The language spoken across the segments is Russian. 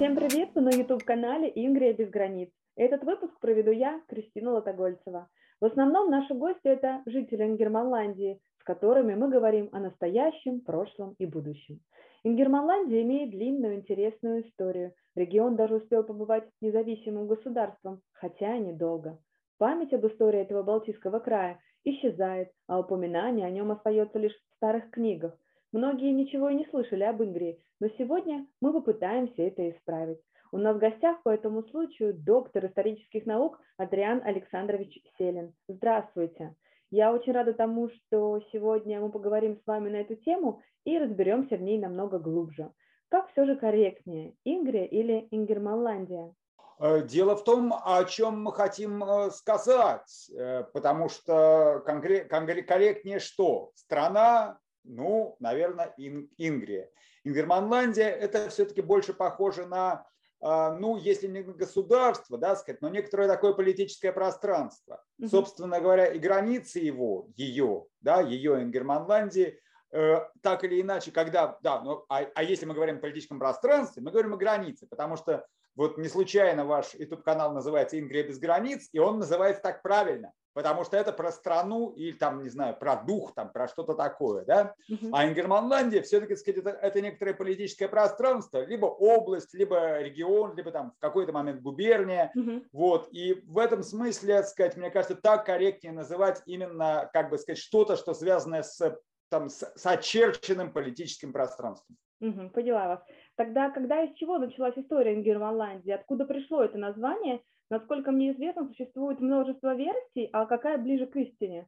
Всем привет! Вы на YouTube-канале «Ингрия без границ». Этот выпуск проведу я, Кристина Лотогольцева. В основном наши гости – это жители Ингерманландии, с которыми мы говорим о настоящем, прошлом и будущем. Ингерманландия имеет длинную интересную историю. Регион даже успел побывать независимым государством, хотя недолго. Память об истории этого Балтийского края исчезает, а упоминание о нем остается лишь в старых книгах. Многие ничего и не слышали об Ингрии, но сегодня мы попытаемся это исправить. У нас в гостях по этому случаю доктор исторических наук Адриан Александрович Селин. Здравствуйте! Я очень рада тому, что сегодня мы поговорим с вами на эту тему и разберемся в ней намного глубже. Как все же корректнее, Ингрия или Ингерманландия? Дело в том, о чем мы хотим сказать, потому что корректнее что? Страна, ну, наверное, Ингрия. Ингерманландия – это все-таки больше похоже на, ну, если не на государство, да, сказать, но некоторое такое политическое пространство. Собственно говоря, и границы ее Ингерманландии, так или иначе, когда, да, ну, если мы говорим о политическом пространстве, мы говорим о границе, потому что вот не случайно ваш YouTube-канал называется «Ингрия без границ», и он называется так правильно, потому что это про страну или там, не знаю, про дух, там, про что-то такое, да. А Ингерманландия все-таки, сказать, это некоторое политическое пространство, либо область, либо регион, либо там в какой-то момент губерния. Вот. И в этом смысле, сказать, мне кажется, так корректнее называть именно, как бы сказать, что-то, что связанное с очерченным политическим пространством. Поняла вас. Тогда когда и с чего началась история Ингерманландии? Откуда пришло это название? Насколько мне известно, существует множество версий, а какая ближе к истине?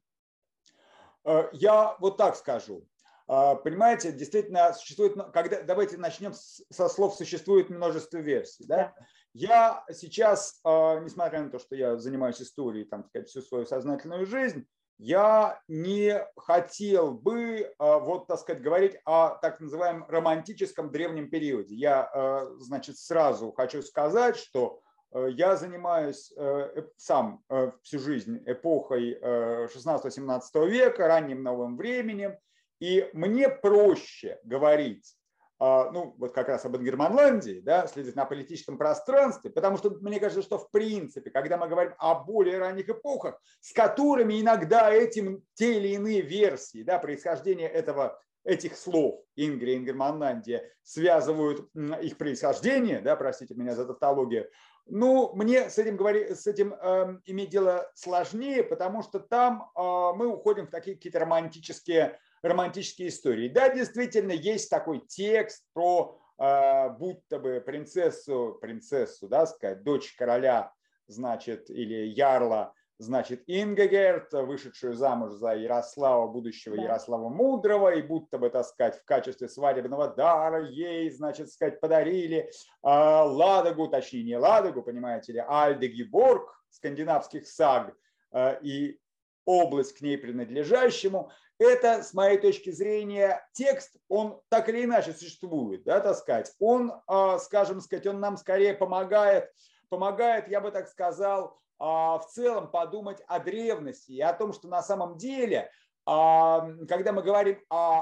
Я вот так скажу. Понимаете, действительно существует, давайте начнем со слов «существует множество версий». Да? Я сейчас, несмотря на то, что я занимаюсь историей там, сказать, всю свою сознательную жизнь, я не хотел бы, вот, так сказать, говорить о так называемом романтическом древнем периоде. Я, значит, сразу хочу сказать, что я занимаюсь сам всю жизнь эпохой 16-17 века, ранним новым временем, и мне проще говорить, ну, вот как раз об Ингерманландии, да, следовательно, о политическом пространстве, потому что мне кажется, что в принципе, когда мы говорим о более ранних эпохах, с которыми иногда те или иные версии, да, происхождения этих слов Ингрия, Ингерманландия связывают их происхождение, да, простите меня за тавтологию, ну, мне с этим иметь дело сложнее, потому что там мы уходим в такие какие-то романтические истории. Да, действительно, есть такой текст про будто бы принцессу, да, сказать, дочь короля, значит, или ярла, значит, Ингегерт, вышедшую замуж за Ярослава, будущего Ярослава Мудрого, и будто бы, так сказать, в качестве свадебного дара ей, значит, сказать, подарили Ладогу, точнее, не Ладогу, понимаете ли, а Альдегиборг скандинавских саг и область к ней принадлежащему. Это, с моей точки зрения, текст, он так или иначе существует, да, так сказать. Он, скажем сказать, он нам скорее помогает, я бы так сказал, в целом подумать о древности и о том, что на самом деле, когда мы говорим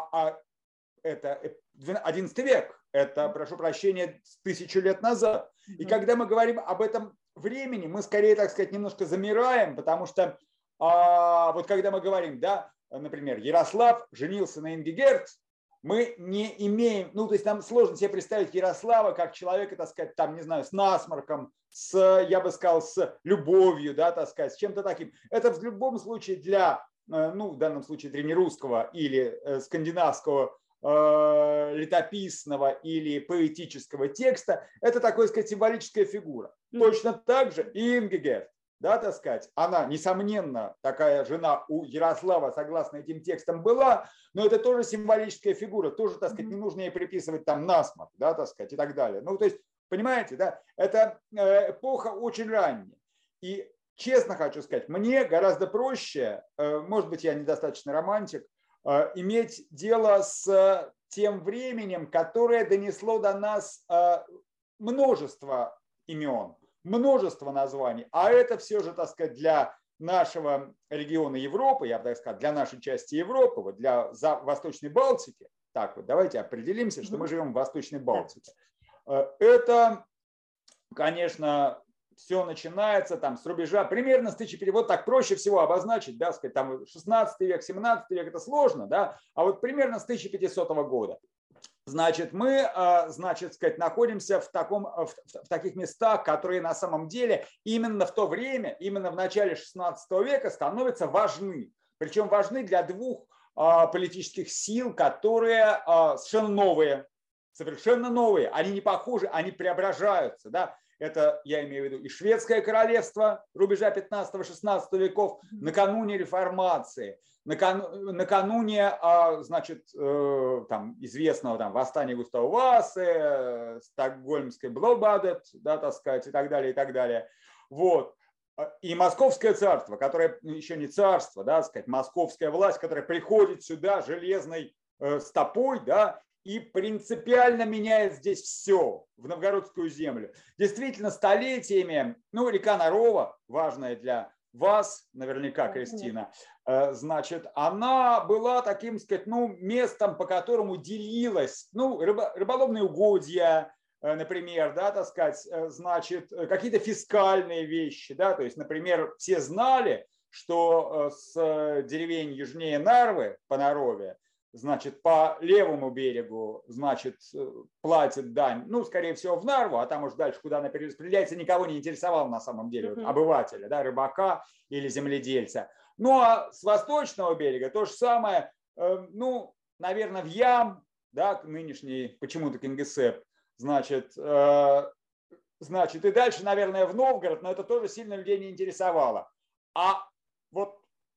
это 11 век, это, прошу прощения, 1000 лет назад, и когда мы говорим об этом времени, мы скорее, так сказать, немножко замираем, потому что вот когда мы говорим, да, например, Ярослав женился на Ингегерт, мы не имеем, ну, то есть нам сложно себе представить Ярослава как человека, так сказать, там, не знаю, с насморком, я бы сказал, с любовью, да, так сказать, с чем-то таким. Это в любом случае для, ну, в данном случае древнерусского или скандинавского летописного или поэтического текста, это такая, сказать, символическая фигура. Точно так же и Ингегерт. Да, так сказать, она, несомненно, такая жена у Ярослава, согласно этим текстам, была, но это тоже символическая фигура, тоже, так сказать, не нужно ей приписывать там насморк, да, так сказать, и так далее. Ну, то есть, понимаете, да, это эпоха очень ранняя. И, честно хочу сказать, мне гораздо проще, может быть, я недостаточно романтик, иметь дело с тем временем, которое донесло до нас множество имен, множество названий, а это все же, так сказать, для нашего региона Европы, я бы так сказал, для нашей части Европы, вот для Восточной Балтики, так вот, давайте определимся, что мы живем в Восточной Балтике. Это конечно, все начинается там с рубежа примерно с 1000, вот так проще всего обозначить, да, сказать, там 16 век, 17 век, это сложно, да, а вот примерно с 1500 года. Значит, мы, значит, сказать, находимся в таких местах, которые на самом деле именно в то время, именно в начале 16 века становятся важны. Причем важны для двух политических сил, которые совершенно новые. Они не похожи, они преображаются. Да? Это, я имею в виду, и шведское королевство рубежа 15-16 веков накануне реформации, накануне, значит, там, известного там, восстания Густава Васы, стокгольмской блокбадет, да, так сказать, и так далее, и так далее. Вот. И Московское царство, которое еще не царство, да, сказать, московская власть, которая приходит сюда железной стопой, да, и принципиально меняет здесь все, в новгородскую землю. Действительно, столетиями, ну, река Нарова, важная для вас, наверняка, Кристина, значит, она была таким, сказать, ну, местом, по которому делилась, ну, рыболовные угодья, например, да, так сказать, значит, какие-то фискальные вещи, да, то есть, например, все знали, что с деревень южнее Нарвы, по Нарове, значит, по левому берегу, значит, платит дань, ну, скорее всего, в Нарву, а там уж дальше, куда она перераспределяется, никого не интересовало на самом деле, вот, обывателя, да, рыбака или земледельца. Ну, а с восточного берега то же самое, ну, наверное, в Ям, да, нынешний почему-то Кингисепп, значит, и дальше, наверное, в Новгород, но это тоже сильно людей не интересовало. А вот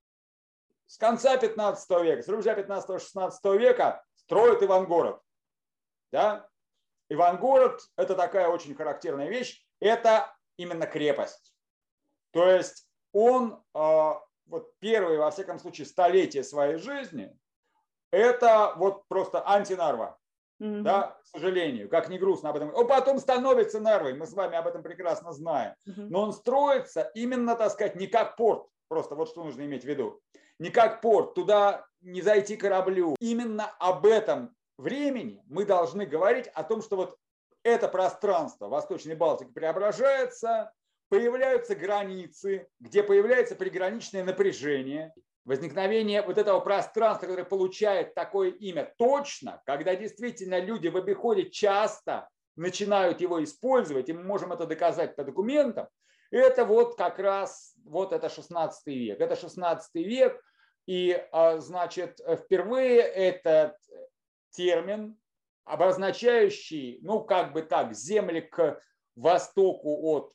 с конца 15 века, с рубежа 15-16 века строят Ивангород. Да? Ивангород – это такая очень характерная вещь, это именно крепость. То есть он, вот первые, во всяком случае, столетия своей жизни, это вот просто антинарва. Да, к сожалению, как ни грустно об этом. Он потом становится Нарвой, мы с вами об этом прекрасно знаем. Но он строится именно, так сказать, не как порт, просто вот что нужно иметь в виду. Не как порт, туда не зайти кораблю. Именно об этом времени мы должны говорить о том, что вот это пространство Восточной Балтики преображается, появляются границы, где появляется приграничное напряжение, возникновение вот этого пространства, которое получает такое имя точно, когда действительно люди в обиходе часто начинают его использовать, и мы можем это доказать по документам, это вот как раз вот это 16 век. Это 16 век, и, значит, впервые этот термин, обозначающий, ну, как бы так, земли к востоку от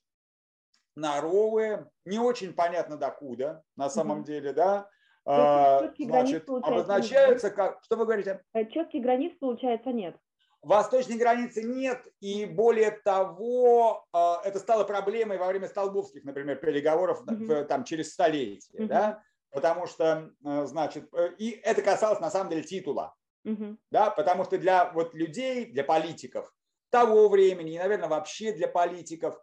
Наровы, не очень понятно докуда, на самом деле, да, значит, обозначаются как... Что вы говорите? Четких границ, получается, нет. Восточной границы нет, и более того, это стало проблемой во время столбовских, например, переговоров там, через столетия, да? Потому что, значит, и это касалось на самом деле титула, да? Потому что для вот людей, для политиков того времени, и, наверное, вообще для политиков,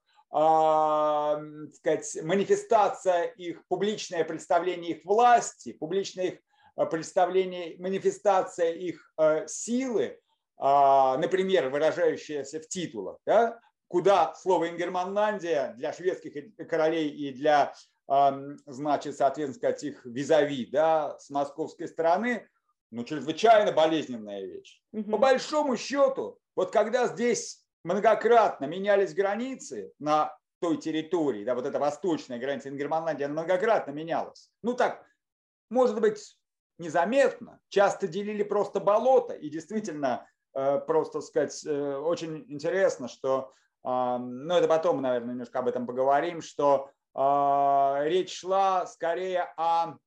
сказать, манифестация их, публичное представление их власти, публичное их представление, манифестация их силы, например, выражающаяся в титулах, да, куда слово Ингерманландия для шведских королей и для, значит, соответственно, сказать, их визави, да, с московской стороны, ну, чрезвычайно болезненная вещь. По большому счету, вот когда здесь многократно менялись границы на той территории, да, вот эта восточная граница Ингерманландии, она многократно менялась. Ну так, может быть, незаметно, часто делили просто болото, и действительно, просто сказать, очень интересно, что, ну это потом, наверное, немножко об этом поговорим, что речь шла скорее о,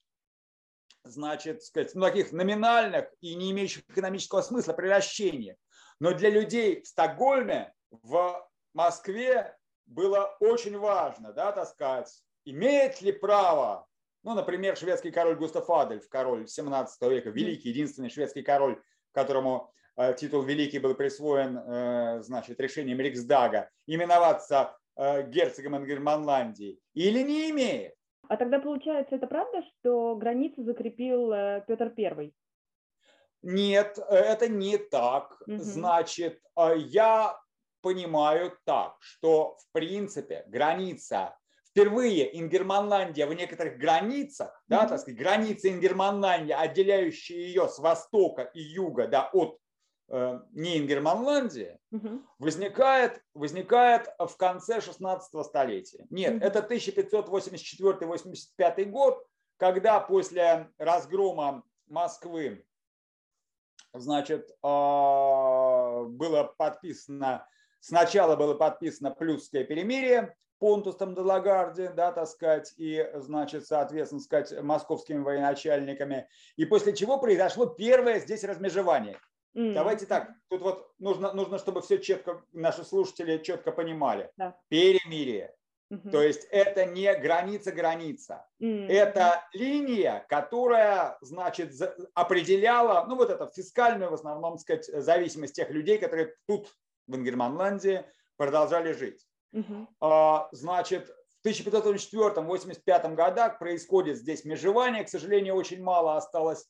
значит, сказать, таких номинальных и не имеющих экономического смысла превращениях. Но для людей в Стокгольме, в Москве было очень важно, да, так сказать, имеет ли право, ну, например, шведский король Густав Адольф, король 17 века, великий, единственный шведский король, которому титул великий был присвоен, значит, решением Риксдага, именоваться герцогом Ингерманландии, или не имеет. А тогда получается, это правда, что границу закрепил Петр I? Нет, это не так. Значит, я понимаю так, что в принципе граница, впервые Ингерманландия в некоторых границах, да, так сказать, граница Ингерманландии, отделяющая ее с востока и юга, да, от не Ингерманландии, возникает в конце 16 столетия. Нет, это 1584-85 год, когда после разгрома Москвы, значит, сначала было подписано Плюсское перемирие Понтусом де Лагарди, да, так сказать, и, значит, соответственно, сказать, московскими военачальниками, и после чего произошло первое здесь размежевание. Давайте так, тут вот нужно, чтобы все четко, наши слушатели четко понимали. Да. Перемирие. То есть это не граница. Это линия, которая, значит, определяла, ну, вот это фискальную, в основном, сказать, зависимость тех людей, которые тут, в Ингерманландии, продолжали жить. Значит, в 1584-85 годах происходит здесь межевание. К сожалению, очень мало осталось.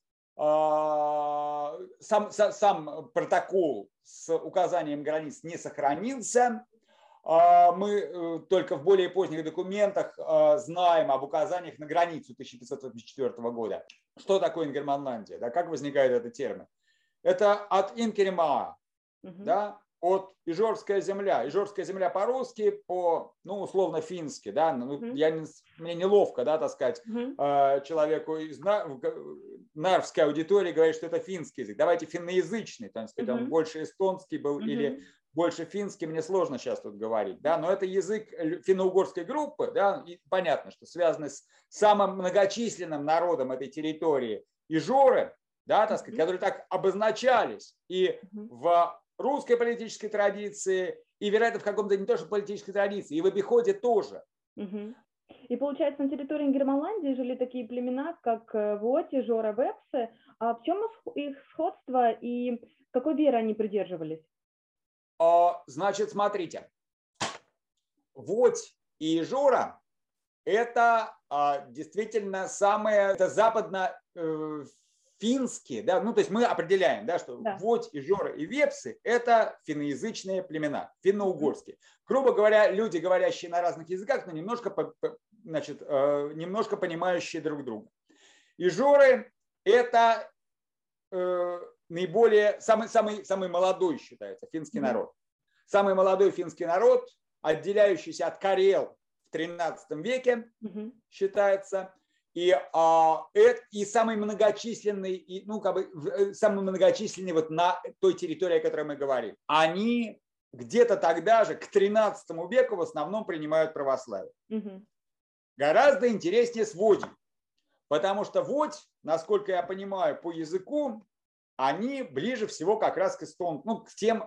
Сам протокол с указанием границ не сохранился. Мы только в более поздних документах знаем об указаниях на границу 1584 года. Что такое Ингерманландия? Да, как возникает этот термин? Это от Инкеремаа, да, от Ижорская земля. Ижорская земля по-русски, ну, условно фински, да, мне неловко, да, так сказать, человеку из нарвской аудитории говорить, что это финский язык. Давайте финноязычный, так сказать, он больше эстонский был или больше финский, мне сложно сейчас тут говорить, да, но это язык финно-угорской группы, да, и понятно, что связанный с самым многочисленным народом этой территории ижоры, да, так сказать, которые так обозначались и в русской политической традиции, и, вероятно, в каком-то не то что политической традиции, и в обиходе тоже. И получается, на территории Ингерманландии жили такие племена, как Воти, Жора, Вепсы. А в чем их сходство и какой веры они придерживались? Значит, смотрите, Водь и Жора – это действительно самые западно-финские, да, ну, то есть мы определяем, да, что Водь и Жора и Вепсы – это финноязычные племена, финно-угорские. Грубо говоря, люди, говорящие на разных языках, но немножко понимающие друг друга. И Жоры – это самый молодой, считается, финский народ. Самый молодой финский народ, отделяющийся от карел в 13 веке, считается, и самый многочисленный, самый многочисленный вот на той территории, о которой мы говорим. Они где-то тогда же, к 13 веку, в основном принимают православие. Гораздо интереснее с Водью. Потому что Водь, насколько я понимаю, по языку, они ближе всего как раз к эстонцам,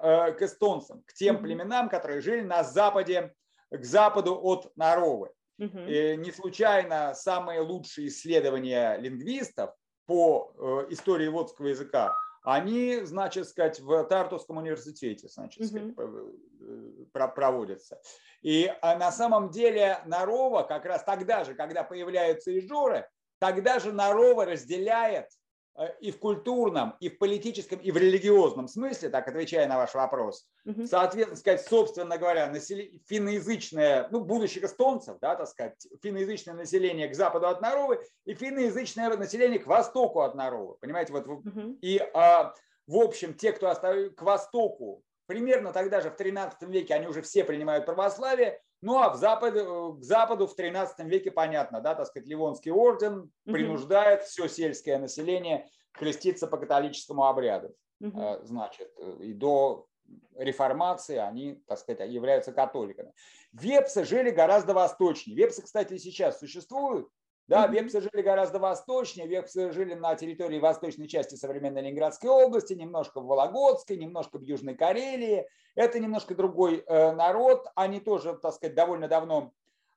к тем племенам, которые жили на западе, к западу от Наровы. И не случайно самые лучшие исследования лингвистов по истории водского языка, они, значит сказать, в Тартусском университете, значит сказать, проводятся. И на самом деле Нарова как раз тогда же, когда появляются ижоры, тогда же Нарова разделяет и в культурном, и в политическом, и в религиозном смысле, так отвечая на ваш вопрос, соответственно, сказать, собственно говоря, финноязычное, будущих эстонцев, да, так сказать, финноязычное население к западу от Наровы и финноязычное население к востоку от Наровы. Понимаете, вот, и в общем, те, кто остаются к востоку, примерно тогда же в 13 веке они уже все принимают православие. Ну а к западу в 13 веке, понятно, да, так сказать, Ливонский орден принуждает все сельское население креститься по католическому обряду. Значит, и до реформации они, так сказать, являются католиками. Вепсы жили гораздо восточнее. Вепсы, кстати, и сейчас существуют. Да, вепсы жили гораздо восточнее, вепсы жили на территории восточной части современной Ленинградской области, немножко в Вологодской, немножко в Южной Карелии. Это немножко другой народ, они тоже, так сказать, довольно давно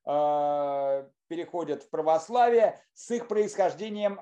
переходят в православие, с их происхождением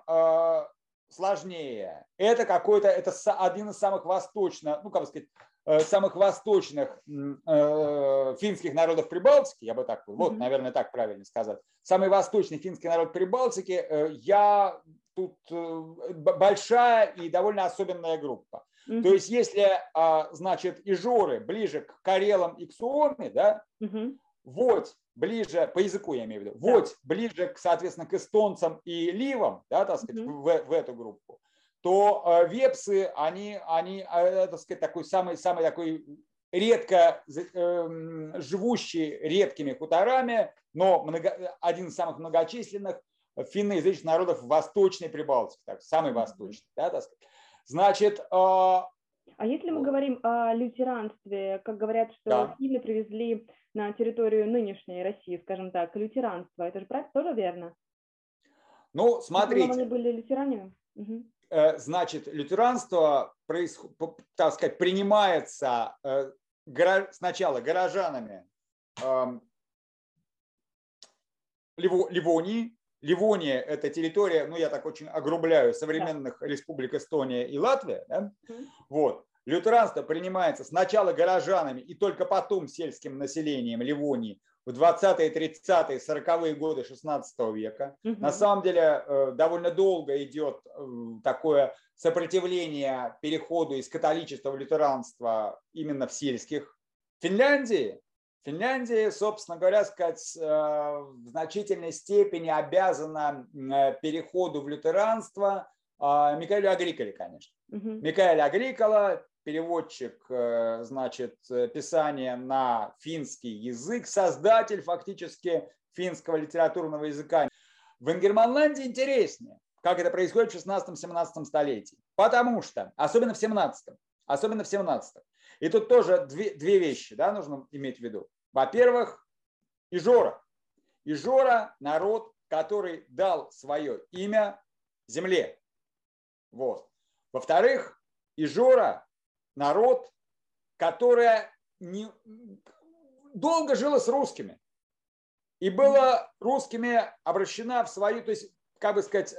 сложнее. Это один из самых восточных, самых восточных финских народов Прибалтики, я бы так, вот, наверное, так правильно сказать. Самый восточный финский народ Прибалтики, я тут большая и довольно особенная группа. То есть если, значит, ижоры ближе к карелам и к суоми, да, водь ближе, по языку я имею в виду, водь ближе, соответственно, к эстонцам и ливам, да, так сказать, в эту группу, то вепсы, они так сказать, такой самый такой редко живущий редкими хуторами, но один из самых многочисленных финноязычных народов в Восточной Прибалтике, так, самый восточный, да, так сказать. Значит, а если мы говорим о лютеранстве, как говорят, что финны привезли на территорию нынешней России, скажем так, лютеранство, это же тоже верно? Ну, смотрите. Они были лютеранами? Значит, лютеранство, так сказать, принимается сначала горожанами Ливонии. Ливония – это территория, ну я так очень огрубляю, современных республик Эстония и Латвия. Да? Вот. Лютеранство принимается сначала горожанами и только потом сельским населением Ливонии в 20-е, 30-е, 40-е годы 16 века. На самом деле довольно долго идет такое сопротивление переходу из католичества в лютеранство именно в сельских. Финляндия, собственно говоря, сказать, в значительной степени обязана переходу в лютеранство Микаэлю Агриколе, конечно. Микаэль Агрикола, переводчик, значит, писания на финский язык, создатель фактически финского литературного языка. В Ингерманландии интереснее, как это происходит в 16-17 столетии, потому что, особенно в 17, и тут тоже две вещи, да, нужно иметь в виду. Во-первых, ижора. Ижора – народ, который дал свое имя земле. Вот. Во-вторых, ижора – народ, который долго жила с русскими и была русскими обращена в свою, то есть, как бы сказать,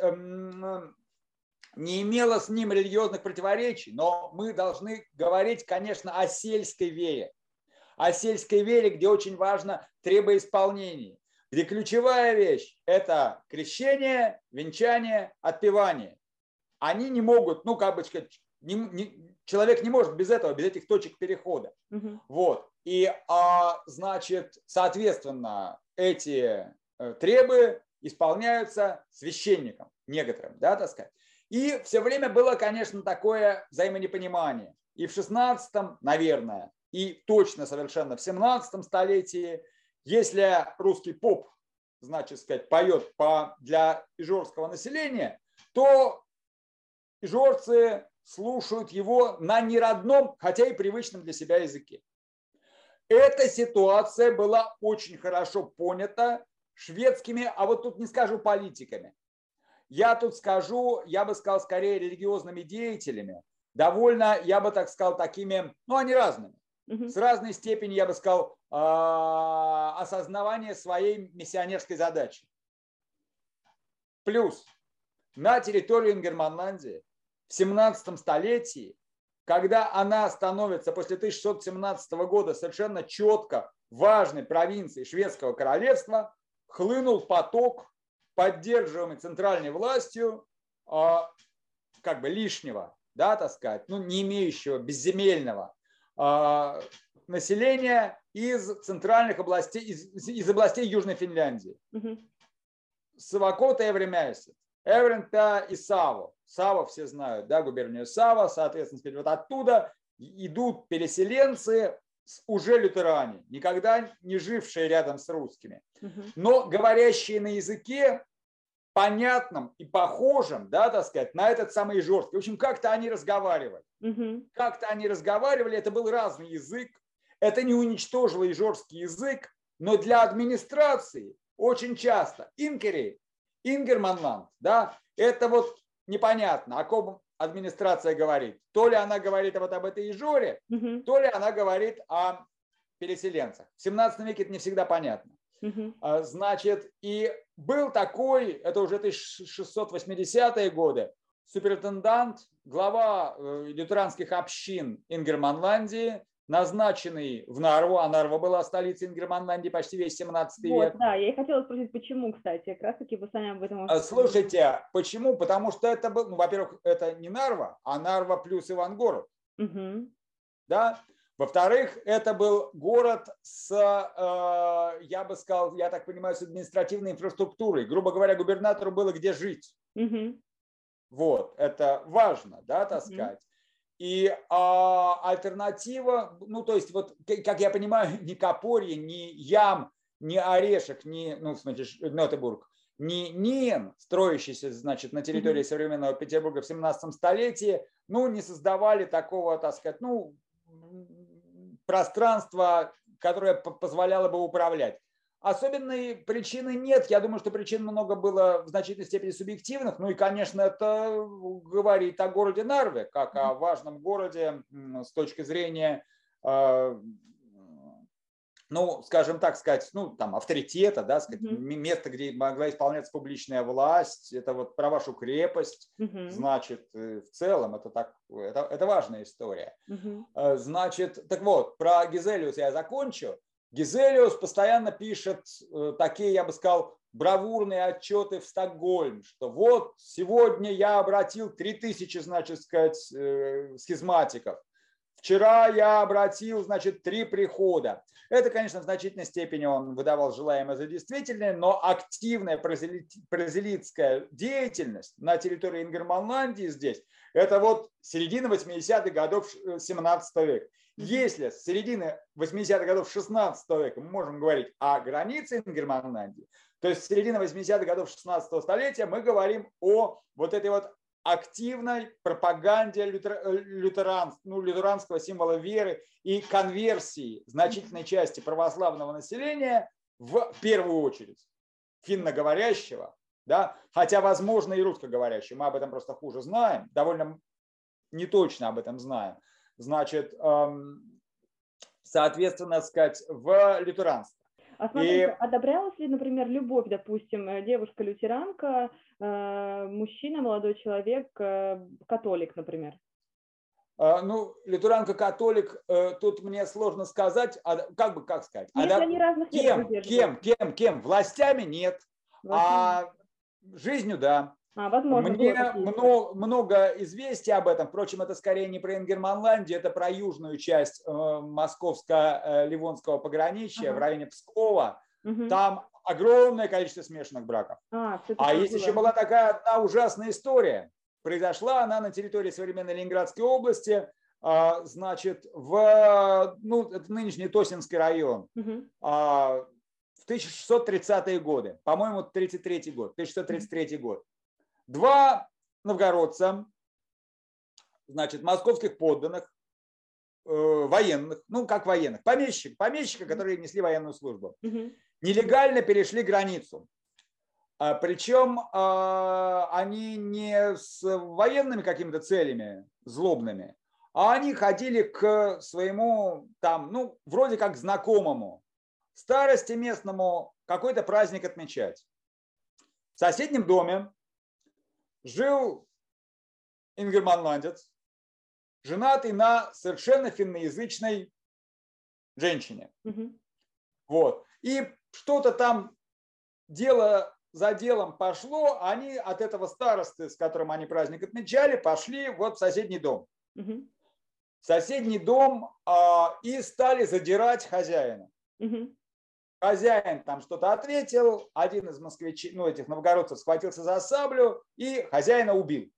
не имела с ним религиозных противоречий, но мы должны говорить, конечно, о сельской вере. О сельской вере, где очень важно требоисполнение, где ключевая вещь – это крещение, венчание, отпевание. Они не могут, ну, как бы сказать, человек не может без этого, без этих точек перехода. Вот. И, значит, соответственно, эти требы исполняются священником некоторым, да, так сказать. И все время было, конечно, такое взаимонепонимание. И в 16-м, наверное, и точно совершенно в 17 столетии, если русский поп, значит, сказать, поет для ижорского населения, то ижорцы слушают его на неродном, хотя и привычном для себя языке. Эта ситуация была очень хорошо понята шведскими, а вот тут не скажу политиками. Я тут скажу, я бы сказал, скорее религиозными деятелями, довольно, я бы так сказал, такими, ну, они разными. С разной степенью, я бы сказал, осознавания своей миссионерской задачи. Плюс на территории Ингерманландии в 17 столетии, когда она становится после 1617 года совершенно четко важной провинцией шведского королевства, хлынул поток, поддерживаемый центральной властью, как бы лишнего, да, так сказать, ну, не имеющего безземельного населения из центральных областей, из областей Южной Финляндии. Савакота Эвремяйсет, Эврента и Саво. Саво все знают, да, губернию Саво, соответственно, вот оттуда идут переселенцы, уже лютеране, никогда не жившие рядом с русскими, но говорящие на языке понятном и похожем, да, так сказать, на этот самый ижорский. В общем, как-то они разговаривали. Это был разный язык. Это не уничтожило ижорский язык, но для администрации очень часто Ингерманланд, да, это вот непонятно, о ком администрация говорит. То ли она говорит вот об этой ижоре, то ли она говорит о переселенцах. В 17 веке это не всегда понятно. Значит, и был такой, это уже 1680-е годы, суперинтендант, глава лютеранских общин Ингерманландии, назначенный в Нарву, а Нарва была столицей Ингерманландии почти весь 17 век. Вот, да, я и хотела спросить, почему, кстати, как раз таки вы сами об этом... Слушайте, почему? Потому что это был, ну, во-первых, это не Нарва, а Нарва плюс Ивангород. Угу. Да? Во-вторых, это был город с, я бы сказал, я так понимаю, с административной инфраструктурой. Грубо говоря, губернатору было где жить. Угу. Вот, это важно, да, так сказать. И альтернатива, ну, то есть, вот, как я понимаю, ни Копорье, ни Ям, ни Орешек, ни, ну, в смысле, Нотебург, ни Ниен, строящийся, значит, на территории современного Петербурга в 17 столетии, ну, не создавали такого, так сказать, ну, пространства, которое позволяло бы управлять. Особенной причины нет. Я думаю, что причин много было в значительной степени субъективных. Ну и, конечно, это говорит о городе Нарве, как о важном городе с точки зрения, ну, скажем так сказать, ну, там, авторитета, да, сказать, место, где могла исполняться публичная власть. Это вот про вашу крепость. Значит, в целом это так, это важная история. Значит, так вот, про Гизелиус я закончу. Гизелиус постоянно пишет такие, я бы сказал, бравурные отчеты в Стокгольм, что вот сегодня я обратил 3000, значит, сказать, схизматиков. Вчера я обратил, значит, 3 прихода. Это, конечно, в значительной степени он выдавал желаемое за действительное, но активная прозелитская деятельность на территории Ингерманландии здесь, это вот середина 80-х годов 17 века. Если с середины 80-х годов 16 века мы можем говорить о границе Ингерманландии, то есть с середины 80-х годов 16 столетия мы говорим о вот этой вот активной пропаганде лютеранского символа веры и конверсии значительной части православного населения, в первую очередь финноговорящего, да, хотя, возможно, и русскоговорящего, мы об этом просто хуже знаем, довольно неточно об этом знаем. Значит, соответственно, сказать, в лютеранство. А смотрите, одобрялась ли, например, любовь, допустим, девушка-лютеранка, мужчина, молодой человек, католик, например? Ну, лютеранка-католик, тут мне сложно сказать, как сказать? Если они разных веров придерживаются. Кем? Властями нет, а жизнью да. Возможно, мне много известий об этом. Впрочем, это скорее не про Ингерманландию, это про южную часть московско-ливонского пограничья, в районе Пскова. Там огромное количество смешанных браков. А есть еще была такая одна ужасная история. Произошла она на территории современной Ленинградской области, значит, это нынешний Тосинский район. В 1630-е годы, по-моему, 1933 год, 1633 год. 2 новгородца, значит, московских подданных, военных, ну как военных, помещика, которые несли военную службу, нелегально перешли границу. Причем они не с военными какими-то целями злобными, а они ходили к своему там, ну, вроде как знакомому, старости местному какой-то праздник отмечать. В соседнем доме жил ингерманландец, женатый на совершенно финноязычной женщине. Вот. И что-то там дело за делом пошло, они от этого старосты, с которым они праздник отмечали, пошли вот в соседний дом. В соседний дом и стали задирать хозяина. Хозяин там что-то ответил, один из москвичей, ну, этих новгородцев схватился за саблю и хозяина убил.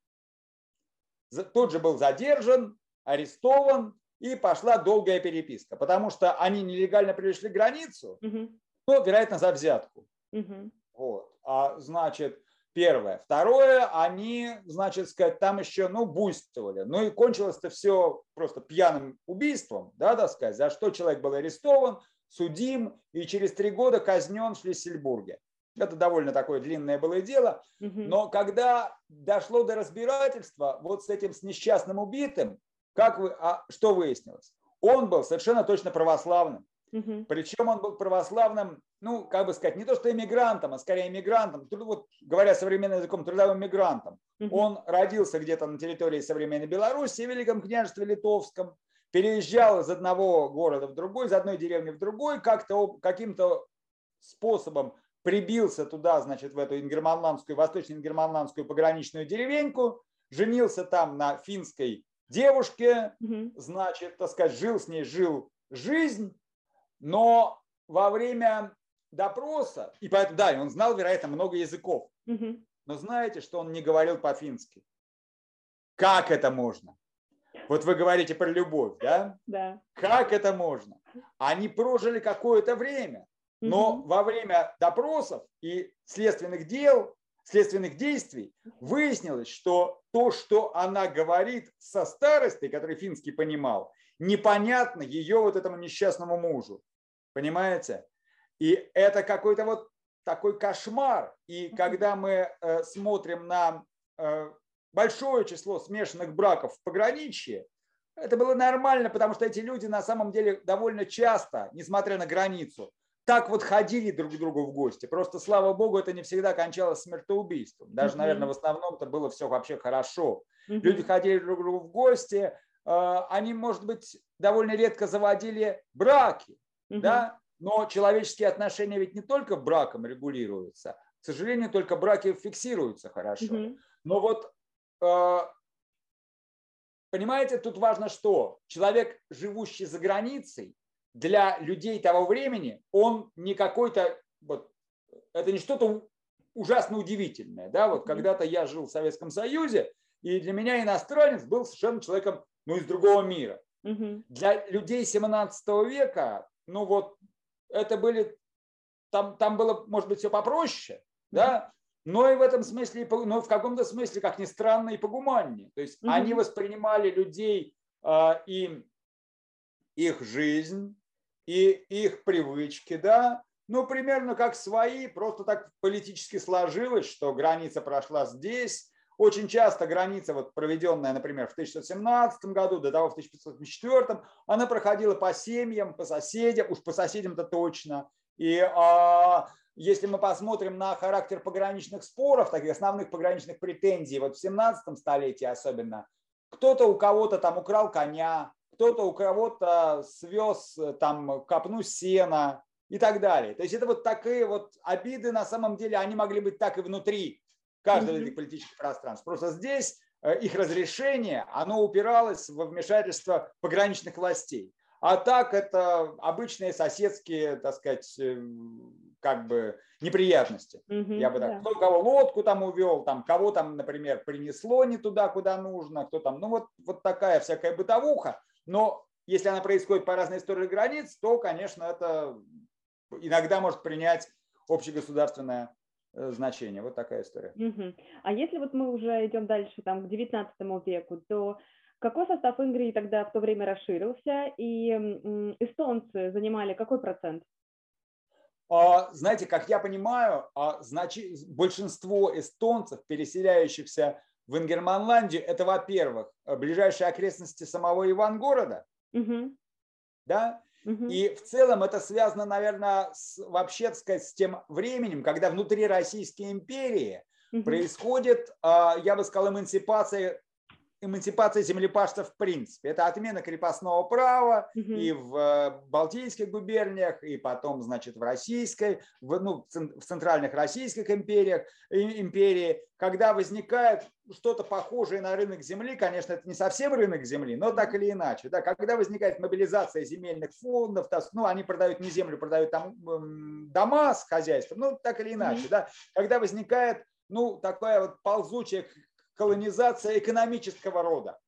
Тут же был задержан, арестован, и пошла долгая переписка, потому что они нелегально перешли границу, но, вероятно, за взятку. Вот. Значит, первое. Второе, они, значит, сказать, там еще, ну, буйствовали. Ну и кончилось-то все просто пьяным убийством, да, так сказать, за что человек был арестован, судим и через 3 года казнен в Шлиссельбурге. Это довольно такое длинное было дело. Но когда дошло до разбирательства вот с этим с несчастным убитым, что выяснилось? Он был совершенно точно православным. Причем он был православным, ну, как бы сказать, не то что иммигрантом, а скорее иммигрантом, вот, говоря современным языком, трудовым мигрантом. Он родился где-то на территории современной Белоруссии, в Великом княжестве Литовском, переезжал из одного города в другой, из одной деревни в другой, каким-то способом прибился туда, значит, в эту ингерманландскую, восточно-ингерманландскую пограничную деревеньку, женился там на финской девушке, значит, так сказать, жил жизнь, но во время допроса, и поэтому, да, и он знал, вероятно, много языков, но знаете, что он не говорил по-фински? Как это можно? Вот вы говорите про любовь, да? Да. Как это можно? Они прожили какое-то время, но во время допросов и следственных действий выяснилось, что то, что она говорит со старостой, который финский понимал, непонятно ее вот этому несчастному мужу. Понимаете? И это какой-то вот такой кошмар. И когда мы смотрим на большое число смешанных браков в пограничье, это было нормально, потому что эти люди на самом деле довольно часто, несмотря на границу, так вот ходили друг к другу в гости. Просто, слава богу, это не всегда кончалось смертоубийством. Даже, наверное, в основном-то было все вообще хорошо. Люди ходили друг к другу в гости, они, может быть, довольно редко заводили браки, да? Но человеческие отношения ведь не только браком регулируются. К сожалению, только браки фиксируются хорошо. Но вот, понимаете, тут важно что? Человек, живущий за границей, для людей того времени, он не какой-то, вот, это не что-то ужасно удивительное. Да? Вот когда-то я жил в Советском Союзе, и для меня иностранец был совершенно человеком, ну, из другого мира. Для людей 17 века, ну вот, это были, там было, может быть, все попроще, да, но и в этом смысле, но в каком-то смысле, как ни странно, и погуманнее. То есть они воспринимали людей и их жизнь, и их привычки, да, ну, примерно как свои, просто так политически сложилось, что граница прошла здесь. Очень часто граница, вот проведенная, например, в 1617 году, до того в 1504, она проходила по семьям, по соседям, уж по соседям-то точно. И если мы посмотрим на характер пограничных споров, таких основных пограничных претензий, вот в 17 столетии особенно, кто-то у кого-то там украл коня, кто-то у кого-то свез там копну сена и так далее. То есть это вот такие вот обиды, на самом деле, они могли быть так и внутри каждого из этих политических пространств. Просто здесь их разрешение, оно упиралось во вмешательство пограничных властей. А так это обычные соседские, так сказать, как бы неприятности. Я бы так, кто кого лодку там увел, там, кого там, например, принесло не туда, куда нужно, кто там, ну вот такая всякая бытовуха. Но если она происходит по разной стороне границ, то, конечно, это иногда может принять общегосударственное значение. Вот такая история. А если вот мы уже идем дальше там, к 19 веку, то какой состав Ингрии тогда в то время расширился, и эстонцы занимали какой процент? Знаете, как я понимаю, большинство эстонцев, переселяющихся в Ингерманландию, это, во-первых, ближайшие окрестности самого Ивангорода, да, и в целом это связано, наверное, вообще, так сказать, с тем временем, когда внутри Российской империи происходит, я бы сказал, эмансипация землепашцев в принципе. Это отмена крепостного права и в Балтийских губерниях, и потом, значит, в российской, в центральных российских империи, когда возникает что-то похожее на рынок земли, конечно, это не совсем рынок земли, но так или иначе, да, когда возникает мобилизация земельных фондов, ну, они продают не землю, продают там дома с хозяйством, ну, так или иначе, да, когда возникает, ну, такая вот ползучая колонизация экономического рода.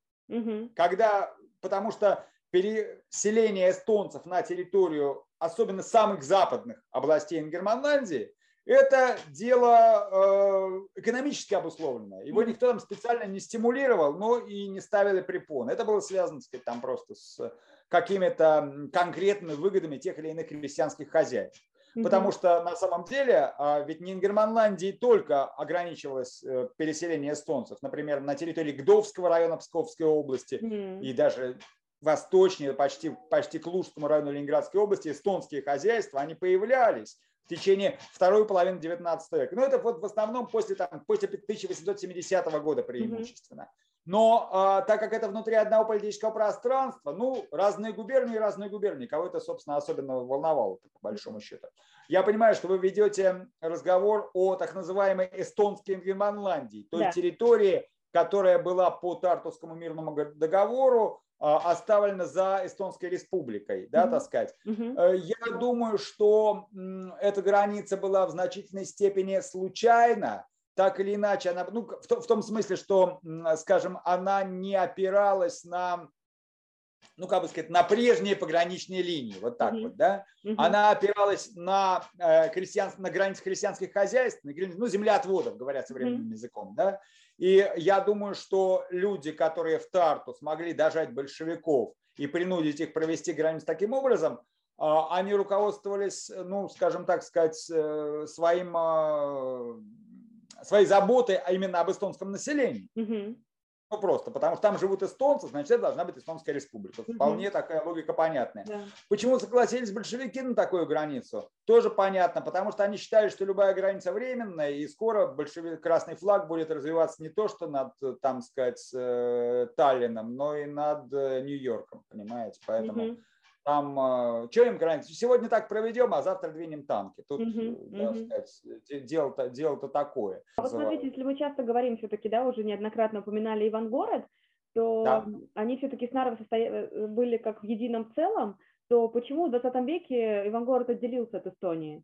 Потому что переселение эстонцев на территорию, особенно самых западных областей Ингерманландии, это дело экономически обусловленное. Его никто там специально не стимулировал, но и не ставили препон. Это было связано, так сказать, там просто с какими-то конкретными выгодами тех или иных крестьянских хозяйств. Потому что на самом деле ведь не Ингерманландии только ограничивалось переселение эстонцев. Например, на территории Гдовского района Псковской области и даже восточнее, почти к Лужскому району Ленинградской области, эстонские хозяйства, они появлялись в течение второй половины 19 века. Но это вот в основном после 1870 года преимущественно. Но так как это внутри одного политического пространства, ну, разные губернии, кого это, собственно, особенно волновало, по большому счету. Я понимаю, что вы ведете разговор о так называемой эстонской Ингерманландии, той территории, которая была по Тартусскому мирному договору оставлена за Эстонской республикой, да, так сказать. Я думаю, что эта граница была в значительной степени случайна, так или иначе, она, ну, в том смысле, что, скажем, она не опиралась на, ну, как бы сказать, на прежние пограничные линии, вот так вот, да. Она опиралась на, на границы христианских хозяйств, ну, землеотводов, говоря современным языком, да. И я думаю, что люди, которые в Тарту смогли дожать большевиков и принудить их провести границу таким образом, они руководствовались, ну, скажем так сказать, своей заботой, а именно об эстонском населении. Ну, просто, потому что там живут эстонцы, значит, это должна быть Эстонская республика. Вполне такая логика понятная. Почему согласились большевики на такую границу? Тоже понятно, потому что они считали, что любая граница временная, и скоро красный флаг будет развиваться не то, что над, там сказать, Таллином, но и над Нью-Йорком, понимаете? Поэтому там, что им границу? Сегодня так проведем, а завтра двинем танки. Тут, сказать, дело-то такое. Вот смотрите, если мы часто говорим все-таки, да, уже неоднократно упоминали Ивангород, то они все-таки с Нарвой были как в едином целом, то почему в 20 веке Ивангород отделился от Эстонии?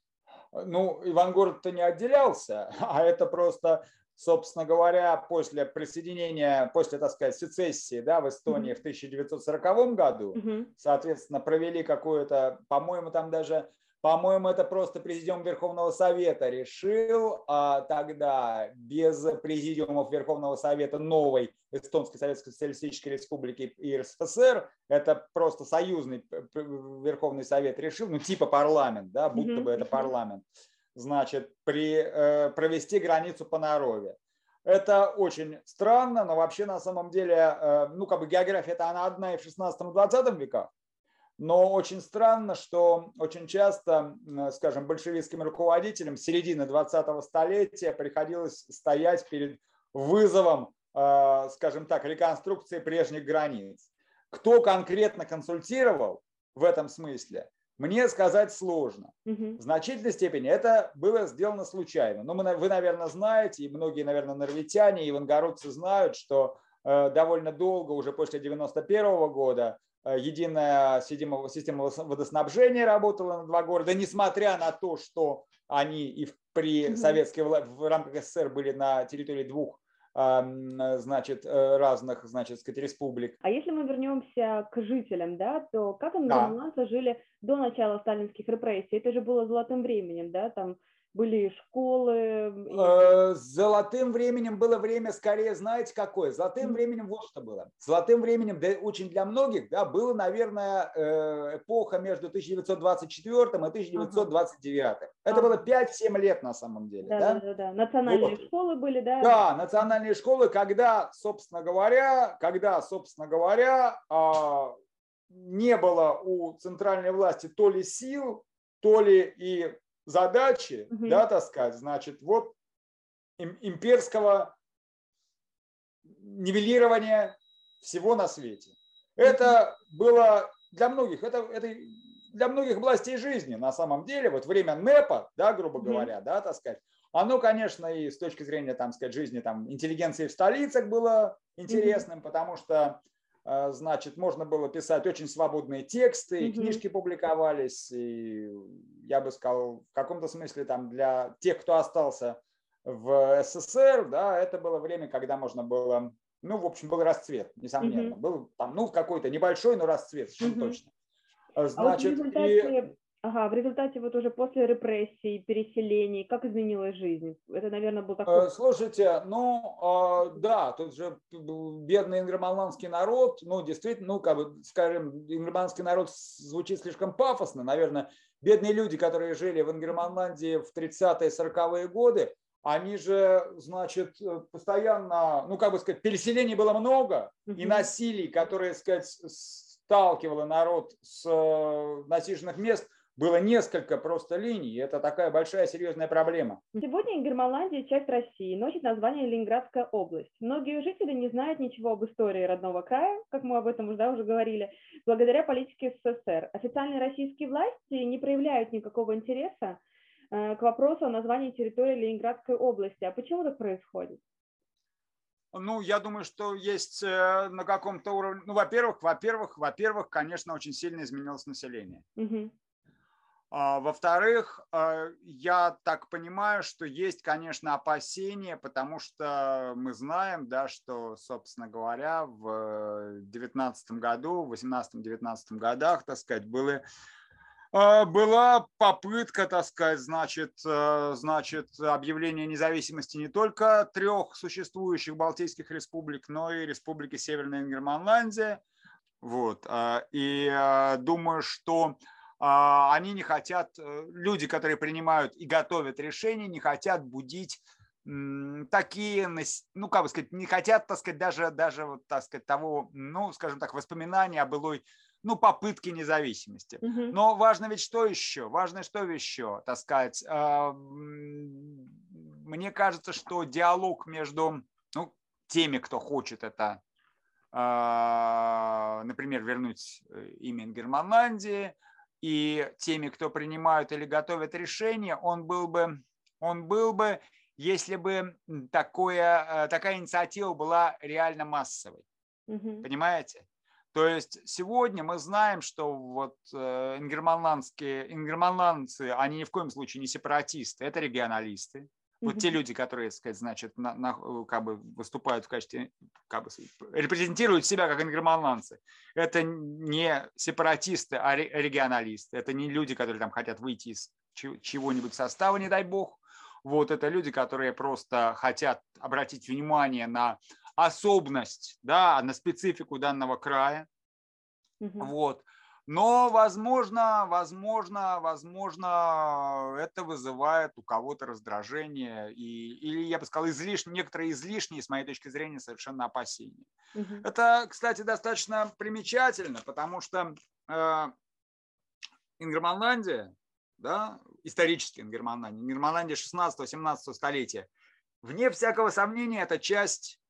Ну, Ивангород-то не отделялся, а это просто, собственно говоря, после присоединения, после, так сказать, сецессии, да, в Эстонии в 1940 году, соответственно, провели какое-то, по-моему, там даже, по-моему, это просто президиум Верховного Совета решил тогда без президиумов Верховного Совета новой Эстонской Советской Социалистической Республики и РСФСР, это просто союзный Верховный Совет решил, ну типа парламент, да, будто бы это парламент, значит, провести границу по Нарове. Это очень странно, но вообще на самом деле, ну как бы география-то она одна и в 16-20 веках. Но очень странно, что очень часто, скажем, большевистским руководителям середины 20-го столетия приходилось стоять перед вызовом, скажем так, реконструкции прежних границ. Кто конкретно консультировал в этом смысле, мне сказать сложно. В значительной степени это было сделано случайно. Но вы, наверное, знаете, и многие, наверное, норвитяне и ивангородцы знают, что довольно долго, уже после 91 года, единая система водоснабжения работала на два города, несмотря на то, что они и при советской в рамках СССР были на территории двух, значит, разных, значит, сказать, республик. А если мы вернемся к жителям, да, то как ингерманландцы жили до начала сталинских репрессий? Это же было золотым временем, да, там были школы. Золотым временем было время, скорее, знаете, какое? Золотым временем вот что было. Золотым временем очень для многих, да, была, наверное, эпоха между 1924 и 1929. Это было 5-7 лет на самом деле. Да. Национальные школы были, да? Да, национальные школы, когда, собственно говоря, не было у центральной власти то ли сил, то ли и задачи, да, так сказать, значит, вот имперского нивелирования всего на свете. Это было для многих, это для многих властей жизни на самом деле, вот время НЭПа, да, грубо говоря, да, так сказать, оно, конечно, и с точки зрения, там, сказать, жизни там, интеллигенции в столицах было интересным, потому что, значит, можно было писать очень свободные тексты, и книжки публиковались, и, я бы сказал, в каком-то смысле там для тех, кто остался в СССР, да, это было время, когда можно было, ну, в общем, был расцвет, несомненно, был там, ну, какой-то небольшой, но расцвет, совершенно точно. Значит, в результате вот уже после репрессий, переселений, как изменилась жизнь? Это, наверное, был такой... Слушайте, ну, да, тут же бедный ингерманландский народ, ну, действительно, ну, как бы, скажем, ингерманский народ звучит слишком пафосно, наверное, бедные люди, которые жили в Ингерманландии в 30-е, 40-е годы, они же, значит, постоянно, ну, как бы сказать, переселений было много, и насилий, которые, сказать, сталкивало народ с насиженных мест, было несколько просто линий. Это такая большая серьезная проблема. Сегодня Ингерманландия – часть России, носит название Ленинградская область. Многие жители не знают ничего об истории родного края, как мы об этом уже говорили, благодаря политике СССР. Официальные российские власти не проявляют никакого интереса к вопросу о названии территории Ленинградской области. А почему так происходит? Ну, я думаю, что есть на каком-то уровне. Ну, во-первых, конечно, очень сильно изменилось население. Угу. Во-вторых, я так понимаю, что есть, конечно, опасения, потому что мы знаем, да, что, собственно говоря, в 2019 году, в 2018-2019 годах, так сказать, была попытка, так сказать, значит, объявления независимости не только 3 существующих Балтийских республик, но и Республики Северная Ингерманландия. Вот. И думаю, что они не хотят, люди, которые принимают и готовят решения, не хотят будить такие, ну, как бы сказать, не хотят, так сказать, даже вот, так сказать, того, ну, скажем так, воспоминания о былой, ну, попытке независимости. Угу. Но важно ведь что еще? Важно что еще, так сказать. Мне кажется, что диалог между теми, кто хочет это, например, вернуть имя Ингерманландии, и теми, кто принимают или готовят решения, он был бы, если бы такая инициатива была реально массовой. Понимаете? То есть сегодня мы знаем, что вот ингерманландцы, они ни в коем случае не сепаратисты, это регионалисты. Вот те люди, которые, так сказать, значит, как бы выступают в качестве, как бы репрезентируют себя как ингерманландцы, это не сепаратисты, а регионалисты. Это не люди, которые там хотят выйти из чего-нибудь состава, не дай бог. Вот это люди, которые просто хотят обратить внимание на особенность, да, на специфику данного края. Вот. Но, возможно, это вызывает у кого-то раздражение или, я бы сказал, некоторые излишние, с моей точки зрения, совершенно опасения. Это, кстати, достаточно примечательно, потому что Ингерманландия, да, исторически Ингерманландия 16-17 столетия, вне всякого сомнения, это часть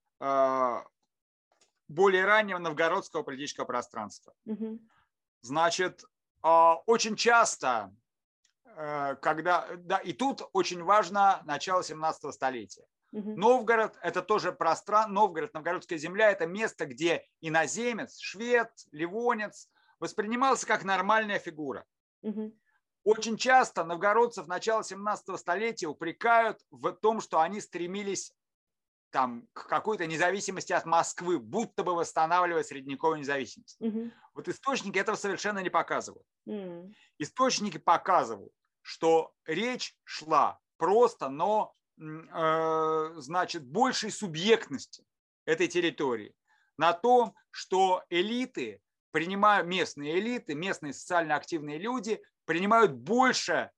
более раннего новгородского политического пространства. Значит, очень часто, когда, да, и тут очень важно начало 17 столетия. Новгород – это тоже пространство, Новгород, новгородская земля – это место, где иноземец, швед, ливонец воспринимался как нормальная фигура. Очень часто новгородцев начала 17 столетия упрекают в том, что они стремились там, к какой-то независимости от Москвы, будто бы восстанавливая средневековую независимость. Вот источники этого совершенно не показывают. Источники показывают, что речь шла просто, но значит, большей субъектности этой территории на том, что элиты, местные элиты, местные социально активные люди принимают больше,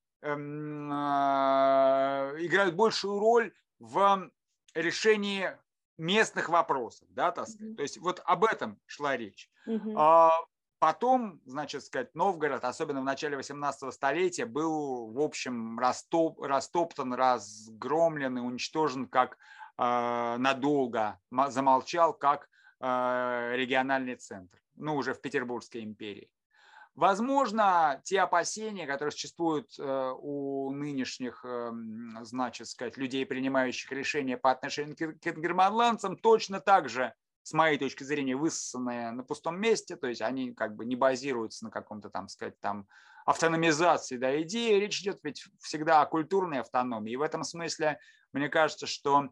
играют большую роль в решении местных вопросов, да, так сказать. То есть вот об этом шла речь. Потом, значит сказать, Новгород, особенно в начале 18 столетия, был, в общем, растоптан, разгромлен и уничтожен как надолго, замолчал как региональный центр, ну, уже в Петербургской империи. Возможно, те опасения, которые существуют у нынешних, значит сказать, людей, принимающих решения по отношению к ингерманландцам, точно так же, с моей точки зрения, высосанные на пустом месте, то есть они как бы не базируются на каком-то там, сказать, там автономизации, да, идеи. Речь идет ведь всегда о культурной автономии. И в этом смысле, мне кажется, что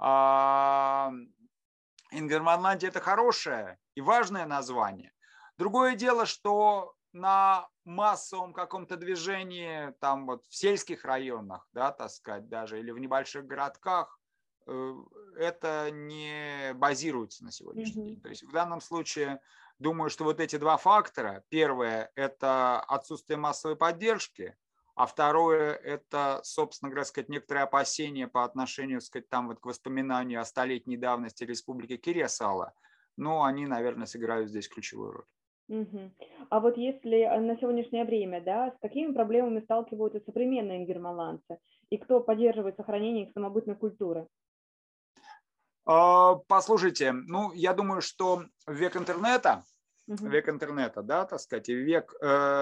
Ингерманландия – это хорошее и важное название. Другое дело, что на массовом каком-то движении, там вот в сельских районах, да, так сказать, даже, или в небольших городках, это не базируется на сегодняшний день. То есть в данном случае, думаю, что вот эти два фактора, первое – это отсутствие массовой поддержки, а второе – это, собственно говоря, сказать, некоторые опасения по отношению, сказать, там вот к воспоминанию о столетней давности Республики Кирия-Сала, но они, наверное, сыграют здесь ключевую роль. Мгм. А вот если на сегодняшнее время, да, с какими проблемами сталкиваются современные ингерманландцы и кто поддерживает сохранение их самобытной культуры? Послушайте, ну, я думаю, что Мгм. век интернета, да, так сказать, и век,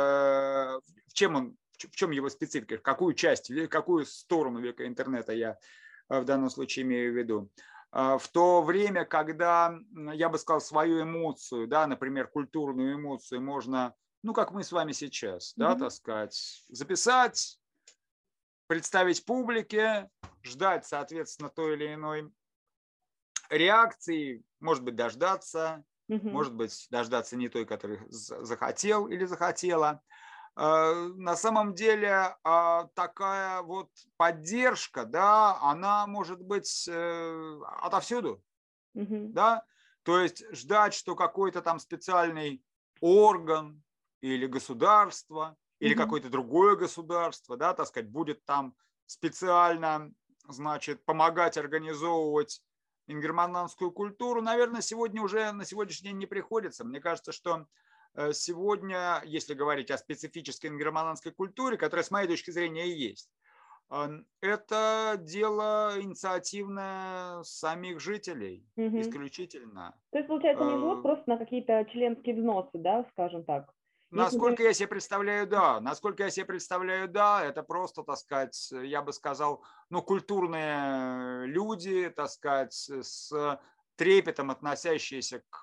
в чем он, в чем его специфика, какую часть, или какую сторону века интернета я в данном случае имею в виду. В то время, когда, я бы сказал, свою эмоцию, да, например, культурную эмоцию можно, ну, как мы с вами сейчас, да, Мгм. так сказать, записать, представить публике, ждать, соответственно, той или иной реакции, может быть, Мгм. дождаться не той, который захотел или захотела. На самом деле такая вот поддержка, да, она может быть отовсюду, Мгм. да, то есть ждать, что какой-то там специальный орган или государство, или Мгм. какое-то другое государство, да, так сказать, будет там специально, значит, помогать организовывать ингерманскую культуру, наверное, сегодня уже на сегодняшний день не приходится. Мне кажется, что сегодня, если говорить о специфической ингерманской культуре, которая, с моей точки зрения, и есть, это дело инициативное самих жителей Мгм. исключительно. То есть, получается, они живут Э, просто на какие-то членские взносы, да, скажем так. Есть, например. Насколько я себе представляю, да. Насколько я себе представляю, да, это просто, так сказать, я бы сказал, ну, культурные люди, так сказать, с трепетом относящиеся к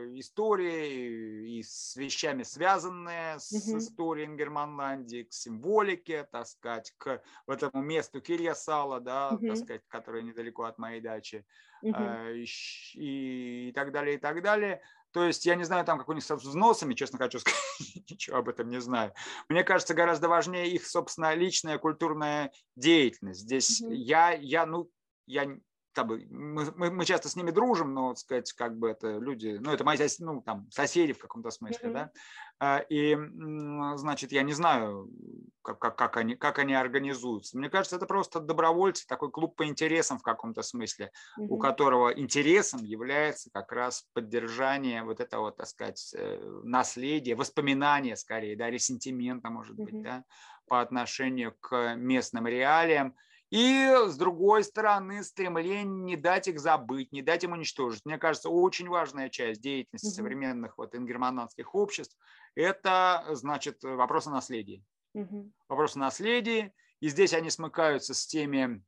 истории и с вещами, связанные с Мгм. историей Ингерманландии, к символике, так сказать, к вот этому месту Кирьясала, да, так Мгм. сказать, которое недалеко от моей дачи, Мгм. и так далее, и так далее. То есть я не знаю, там, как у них с взносами, честно хочу сказать, ничего об этом не знаю. Мне кажется, гораздо важнее их, собственно, личная культурная деятельность. Здесь Мгм. ну, я как бы, мы часто с ними дружим, но, так сказать, как бы это люди, ну, это мои ну, там, соседи в каком-то смысле, Мгм. да, и, значит, я не знаю, как они организуются. Мне кажется, это просто добровольцы, такой клуб по интересам в каком-то смысле, у Мгм. которого интересом является как раз поддержание вот этого, так сказать, наследия, воспоминания скорее, да, ресентимента, может быть, Мгм. да, по отношению к местным реалиям. И, с другой стороны, стремление не дать их забыть, не дать им уничтожить. Мне кажется, очень важная часть деятельности Мгм. современных вот ингерманских обществ – это, значит, вопрос о наследии. Мгм. Вопрос о наследии. И здесь они смыкаются с теми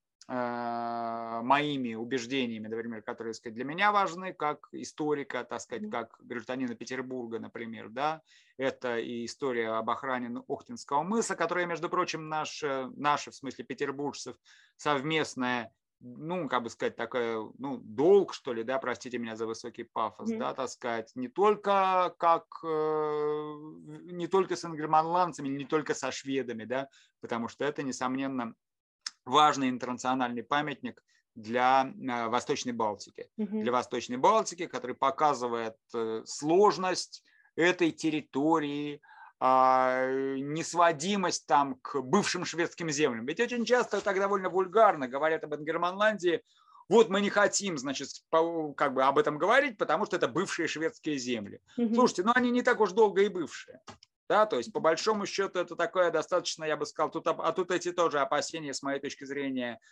моими убеждениями, например, которые, так сказать, для меня важны, как историка, так сказать, Мгм. как гражданина Петербурга, например, да, это и история об охране Охтинского мыса, которая, между прочим, наша в смысле петербуржцев, совместная, ну, как бы сказать, такая, ну, долг, что ли, да, простите меня за высокий пафос, Мгм. да, так сказать, не только не только с ингерманландцами, не только со шведами, да, потому что это, несомненно, важный интернациональный памятник для Восточной Балтики. Для Мгм. Восточной Балтики, который показывает сложность этой территории, несводимость там к бывшим шведским землям. Ведь очень часто так довольно вульгарно говорят об Ингерманландии. Вот мы не хотим, значит, как бы об этом говорить, потому что это бывшие шведские земли. Мгм. Слушайте, ну они не так уж долго и бывшие. Да, то есть по большому счету это такое достаточно, я бы сказал, тут эти тоже опасения, с моей точки зрения,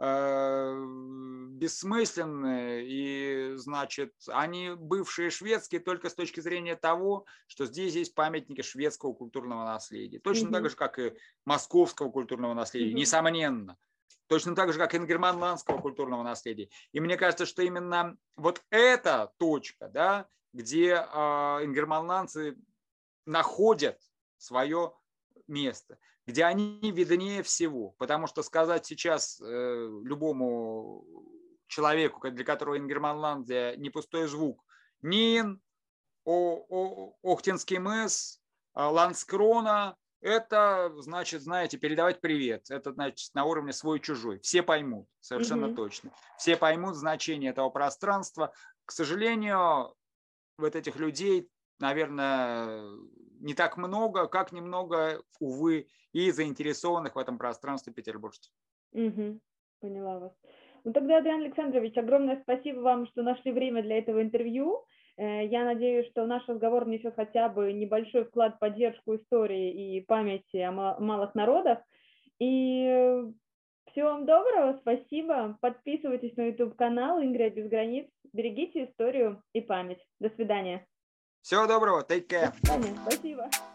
бессмысленные. И, значит, они бывшие шведские только с точки зрения того, что здесь есть памятники шведского культурного наследия. Точно так Мгм. же, как и московского культурного наследия, Мгм. несомненно. Точно так же, как и ингерманландского культурного наследия. И мне кажется, что именно вот эта точка, да, где ингерманландцы находят свое место, где они виднее всего. Потому что сказать сейчас любому человеку, для которого Ингерманландия не пустой звук, Нин, Охтинский мыс, Ланскрона, это значит, знаете, передавать привет. Это значит на уровне свой-чужой. Все поймут, совершенно Мгм. точно. Все поймут значение этого пространства. К сожалению, вот этих людей, наверное, не так много, как немного, увы, и заинтересованных в этом пространстве петербуржцев. Мгм. Поняла вас. Ну тогда, Адриан Александрович, огромное спасибо вам, что нашли время для этого интервью. Я надеюсь, что наш разговор внесет хотя бы небольшой вклад в поддержку истории и памяти о малых народах. И всего вам доброго, спасибо. Подписывайтесь на YouTube-канал «Ингрия без границ». Берегите историю и память. До свидания. Всего доброго, take care. До свидания, спасибо.